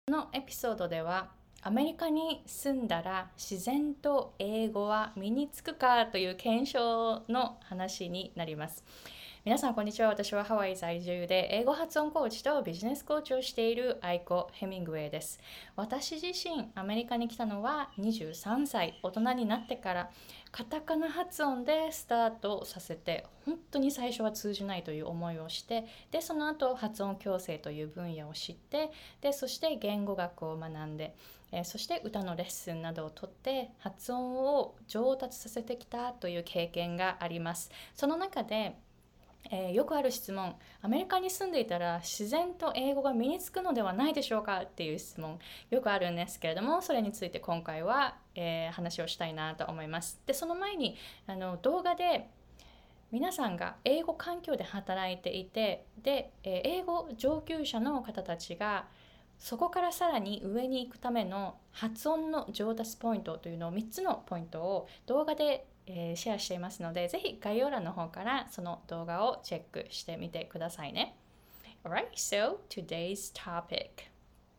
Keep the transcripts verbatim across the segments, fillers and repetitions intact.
このエピソードではアメリカに住んだら自然と英語は身につくかという検証の話になります。皆さんこんにちは。私はハワイ在住で英語発音コーチとビジネスコーチをしているアイコ・ヘミングウェイです。私自身アメリカに来たのはにじゅうさんさい、大人になってからカタカナ発音でスタートさせて、本当に最初は通じないという思いをして、でその後発音矯正という分野を知って、でそして言語学を学んで、えー、そして歌のレッスンなどをとって発音を上達させてきたという経験があります。その中でえー、よくある質問、アメリカに住んでいたら自然と英語が身につくのではないでしょうかっていう質問、よくあるんですけれども、それについて今回は、えー、話をしたいなと思います。で、その前にあの動画で皆さんが英語環境で働いていて、で、えー英語上級者の方たちがそこからさらに上に行くための発音の上達ポイントというのをみっつのポイントを動画で、えーシェアしていますので、ぜひ概要欄の方からその動画をチェックしてみてくださいね。Alright, so today's topic.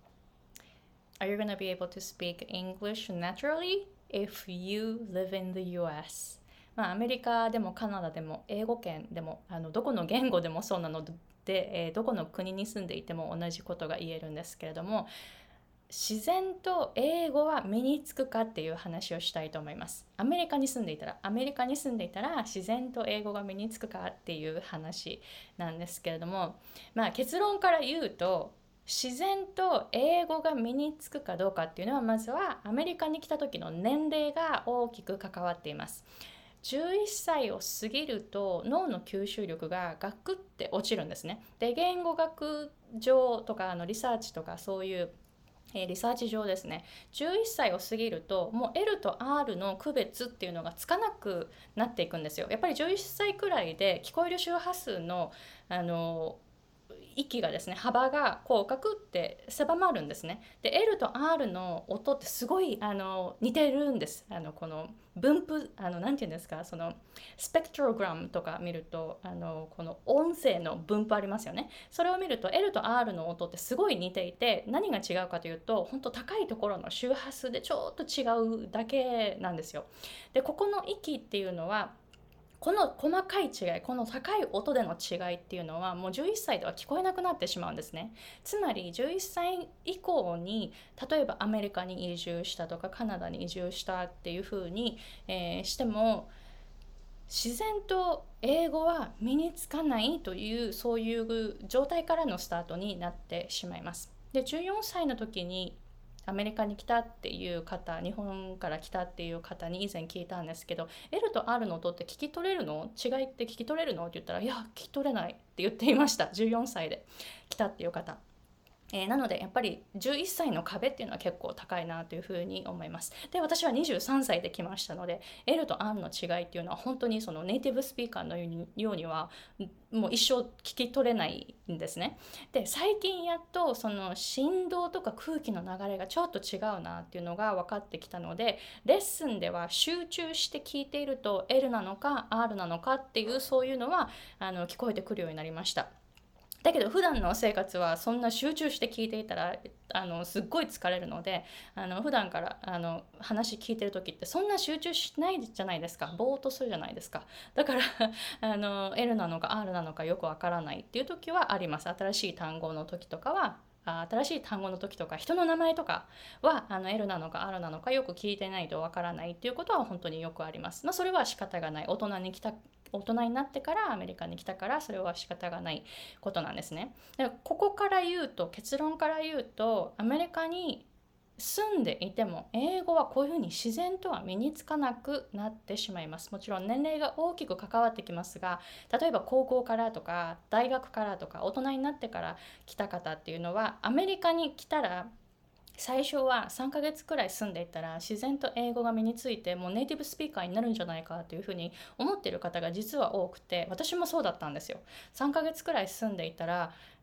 Are you going to be able to speak English naturally if you live in the ユーエス?まあ、アメリカでもカナダでも英語圏でもあのどこの言語でもそうなので、えーどこの国に住んでいても同じことが言えるんですけれども、自然と英語は身につくかっていう話をしたいと思います。アメリカに住んでいたらアメリカに住んでいたら自然と英語が身につくかっていう話なんですけれども、まあ結論から言うと、自然と英語が身につくかどうかっていうのは、まずはアメリカに来た時の年齢が大きく関わっています。じゅういっさいを過ぎると脳の吸収力がガクって落ちるんですね。で、言語学上とかあのリサーチとかそういうえーリサーチ上ですね、じゅういっさいを過ぎるともう エル と アール の区別っていうのがつかなくなっていくんですよ。やっぱりじゅういっさいくらいで聞こえる周波数のあの息がですね、幅がこうガクって狭まるんですね。で エル と アール の音ってすごいあの似てるんです。あのこの分布、あのなんていうんですか、そのスペクトログラムとか見ると、あのこの音声の分布ありますよね。それを見ると エル と アール の音ってすごい似ていて、何が違うかというと、本当高いところの周波数でちょっと違うだけなんですよ。でここの息っていうのは、この細かい違い、この高い音での違いっていうのはもうじゅういっさいでは聞こえなくなってしまうんですね。つまりじゅういっさい以降に、例えばアメリカに移住したとかカナダに移住したっていう風に、えーしても自然と英語は身につかないという、そういう状態からのスタートになってしまいます。でじゅうよんさいの時にアメリカに来たっていう方、日本から来たっていう方に以前聞いたんですけど、 エル と アール の音って聞き取れるの、違いって聞き取れるのって言ったら、いや聞き取れないって言っていました。じゅうよんさいで来たっていう方、えーなのでやっぱりじゅういっさいの壁っていうのは結構高いなというふうに思います。で、私はにじゅうさんさいで来ましたので、 エル と アール の違いっていうのは本当にそのネイティブスピーカーのようにはもう一生聞き取れないんですね。で、最近やっとその振動とか空気の流れがちょっと違うなっていうのが分かってきたので、レッスンでは集中して聞いていると エル なのか アール なのかっていう、そういうのはあの聞こえてくるようになりました。だけど普段の生活はそんな集中して聞いていたらあのすっごい疲れるので、あの普段からあの話聞いてる時ってそんな集中しないじゃないですか。ぼーっとするじゃないですか。だからあの エル なのか アール なのかよくわからないっていう時はあります。新しい単語の時とかは、あ新しい単語の時とか人の名前とかはあの エル なのか アール なのかよく聞いてないとわからないっていうことは本当によくあります。まあ、それは仕方がない。大人に来た大人になってからアメリカに来たから、それは仕方がないことなんですね。でここから言うと、結論から言うと、アメリカに住んでいても英語はこういうふうに自然とは身につかなくなってしまいます。もちろん年齢が大きく関わってきますが、例えば高校からとか大学からとか大人になってから来た方っていうのは、アメリカに来たら最初はさんかげつくらい住んでいたら自然と英語が身について、もうネイティブスピーカーになるんじゃないかというふうに思っている方が実は多くて、私もそうだったんですよ。さんかげつくらい住んでいたら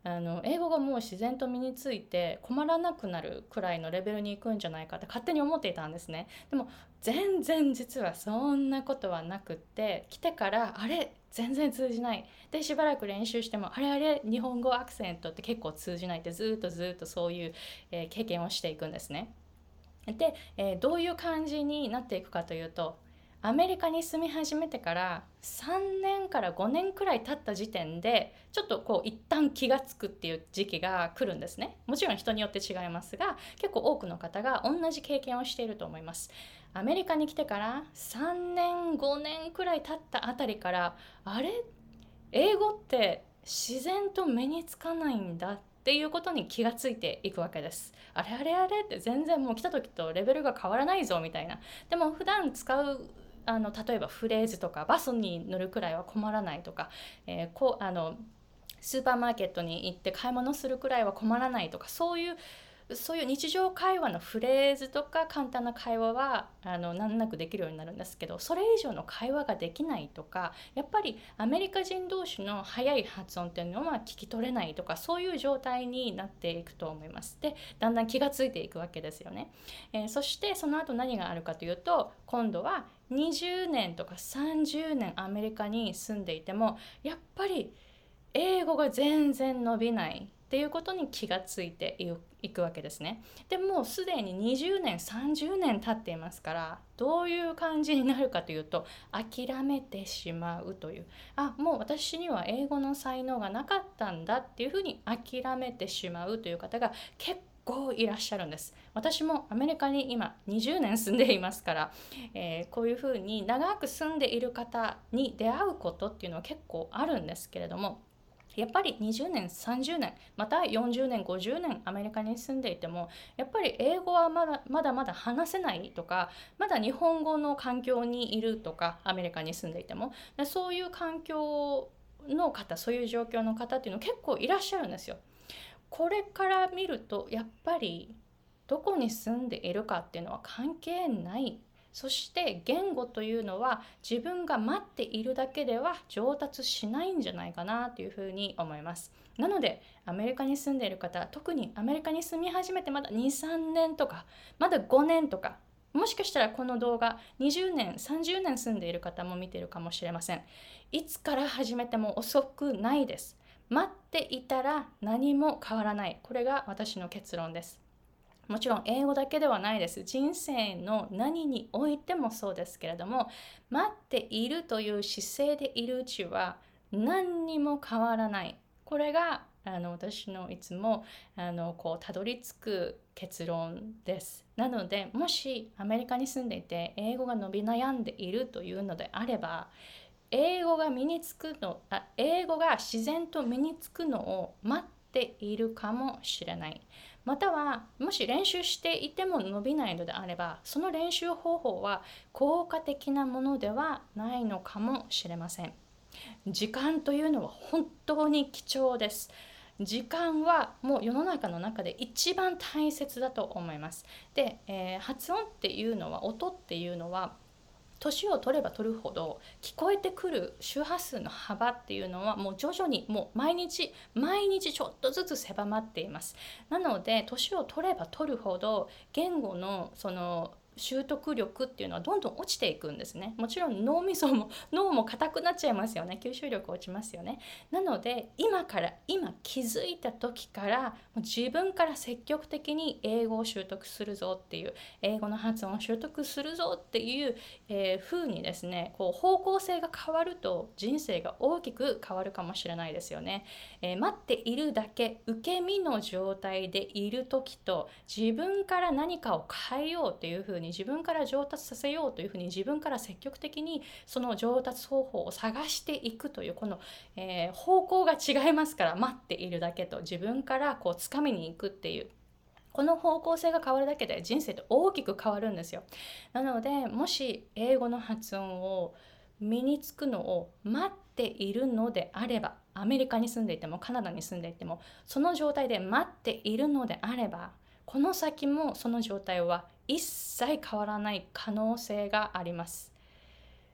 あの英語がもう自然と身について困らなくなるくらいのレベルに行くんじゃないかって勝手に思っていたんですね。でも全然実はそんなことはなくって、来てからあれ全然通じないで、しばらく練習してもあれあれ日本語アクセントって結構通じないって、ずっとずっとそういう、えー経験をしていくんですね。で、えーどういう感じになっていくかというと、アメリカに住み始めてからさんねんからごねんくらい経った時点でちょっとこう一旦気がつくっていう時期が来るんですね。もちろん人によって違いますが、結構多くの方が同じ経験をしていると思います。アメリカに来てからさんねんごねんくらい経ったあたりから、あれ英語って自然と身につかないんだっていうことに気がついていくわけです。あれあれあれって全然もう来た時とレベルが変わらないぞみたいな。でも普段使うあの例えばフレーズとかバスに乗るくらいは困らないとか、えーこうあのスーパーマーケットに行って買い物するくらいは困らないとか、そういうそういう日常会話のフレーズとか簡単な会話はあの難なくできるようになるんですけど、それ以上の会話ができないとか、やっぱりアメリカ人同士の速い発音っていうのは聞き取れないとか、そういう状態になっていくと思います。で、だんだん気がついていくわけですよね。えーそしてその後何があるかというと、今度はにじゅうねんとかさんじゅうねんアメリカに住んでいても、やっぱり英語が全然伸びないっていうことに気がついていくわけですね。でもうすでににじゅうねんさんじゅうねん経っていますから、どういう感じになるかというと、諦めてしまうという、あもう私には英語の才能がなかったんだっていうふうに諦めてしまうという方が結構いらっしゃるんです。私もアメリカに今にじゅうねん住んでいますから、えーこういうふうに長く住んでいる方に出会うことっていうのは結構あるんですけれども、やっぱりにじゅうねんさんじゅうねんまたよんじゅうねんごじゅうねんアメリカに住んでいても、やっぱり英語はまだまだまだ話せないとか、まだ日本語の環境にいるとか、アメリカに住んでいてもそういう環境の方、そういう状況の方っていうの結構いらっしゃるんですよ。これから見るとやっぱりどこに住んでいるかっていうのは関係ない。そして言語というのは自分が待っているだけでは上達しないんじゃないかなというふうに思います。なのでアメリカに住んでいる方、特にアメリカに住み始めてまだにさんねんとかまだごねんとか、もしかしたらこの動画にじゅうねんさんじゅうねん住んでいる方も見ているかもしれません。いつから始めても遅くないです。待っていたら何も変わらない。これが私の結論です。もちろん英語だけではないです。人生の何においてもそうですけれども、待っているという姿勢でいるうちは何にも変わらない。これがあの私のいつもあのこうたどり着く結論です。なので、もしアメリカに住んでいて英語が伸び悩んでいるというのであれば、英語が身につくのあ英語が自然と身につくのを待っているかもしれない。またはもし練習していても伸びないのであれば、その練習方法は効果的なものではないのかもしれません。時間というのは本当に貴重です。時間はもう世の中の中で一番大切だと思います。で、えー発音っていうのは、音っていうのは年を取れば取るほど聞こえてくる周波数の幅っていうのはもう徐々にもう毎日毎日ちょっとずつ狭まっています。なので年を取れば取るほど言語のその習得力っていうのはどんどん落ちていくんですね。もちろん脳みそも脳も硬くなっちゃいますよね。吸収力落ちますよね。なので今から今気づいた時からもう自分から積極的に英語を習得するぞっていう、英語の発音を習得するぞっていうえー、風にですね、こう方向性が変わると人生が大きく変わるかもしれないですよね。えー待っているだけ、受け身の状態でいる時と、自分から何かを変えようというふうに、自分から上達させようというふうに、自分から積極的にその上達方法を探していくという、この、えー方向が違いますから、待っているだけと自分からこう掴みに行くっていう、この方向性が変わるだけで人生って大きく変わるんですよ。なので、もし英語の発音を身につくのを待っているのであれば、アメリカに住んでいてもカナダに住んでいても、その状態で待っているのであれば、この先もその状態は一切変わらない可能性があります。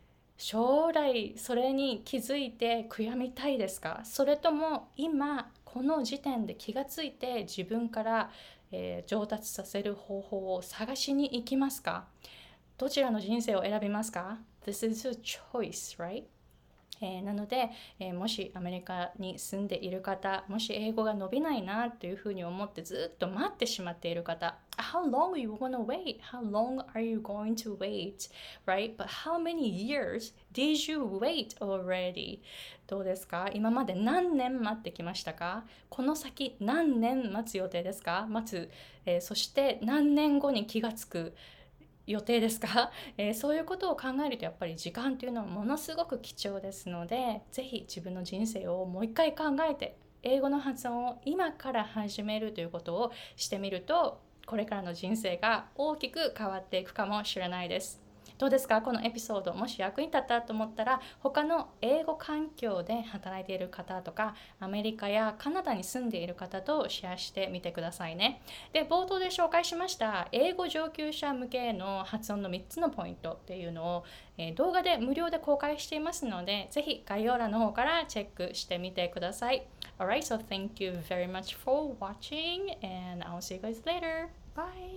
将来それに気づいて悔やみたいですか？それとも今この時点で気がついて自分から、えー上達させる方法を探しに行きますか？どちらの人生を選びますか？ This is a choice, right? えーなので、えーもしアメリカに住んでいる方、もし英語が伸びないなというふうに思ってずっと待ってしまっている方、How long are you gonna wait? How long are you going to wait? Right? But how many years did you wait already? どうですか？今まで何年待ってきましたか？この先何年待つ予定ですか？待つ、えーそして何年後に気がつく予定ですか？えーそういうことを考えるとやっぱり時間というのはものすごく貴重ですので、ぜひ自分の人生をもう一回考えて英語の発音を今から始めるということをしてみると、これからの人生が大きく変わっていくかもしれないです。どうですか？このエピソードもし役に立ったと思ったら、他の英語環境で働いている方とかアメリカやカナダに住んでいる方とシェアしてみてくださいね。で、冒頭で紹介しました英語上級者向けの発音のみっつのポイントっていうのを、えー動画で無料で公開していますので、ぜひ概要欄の方からチェックしてみてください。Alright, so thank you very much for watching and I'll see you guys later. Bye!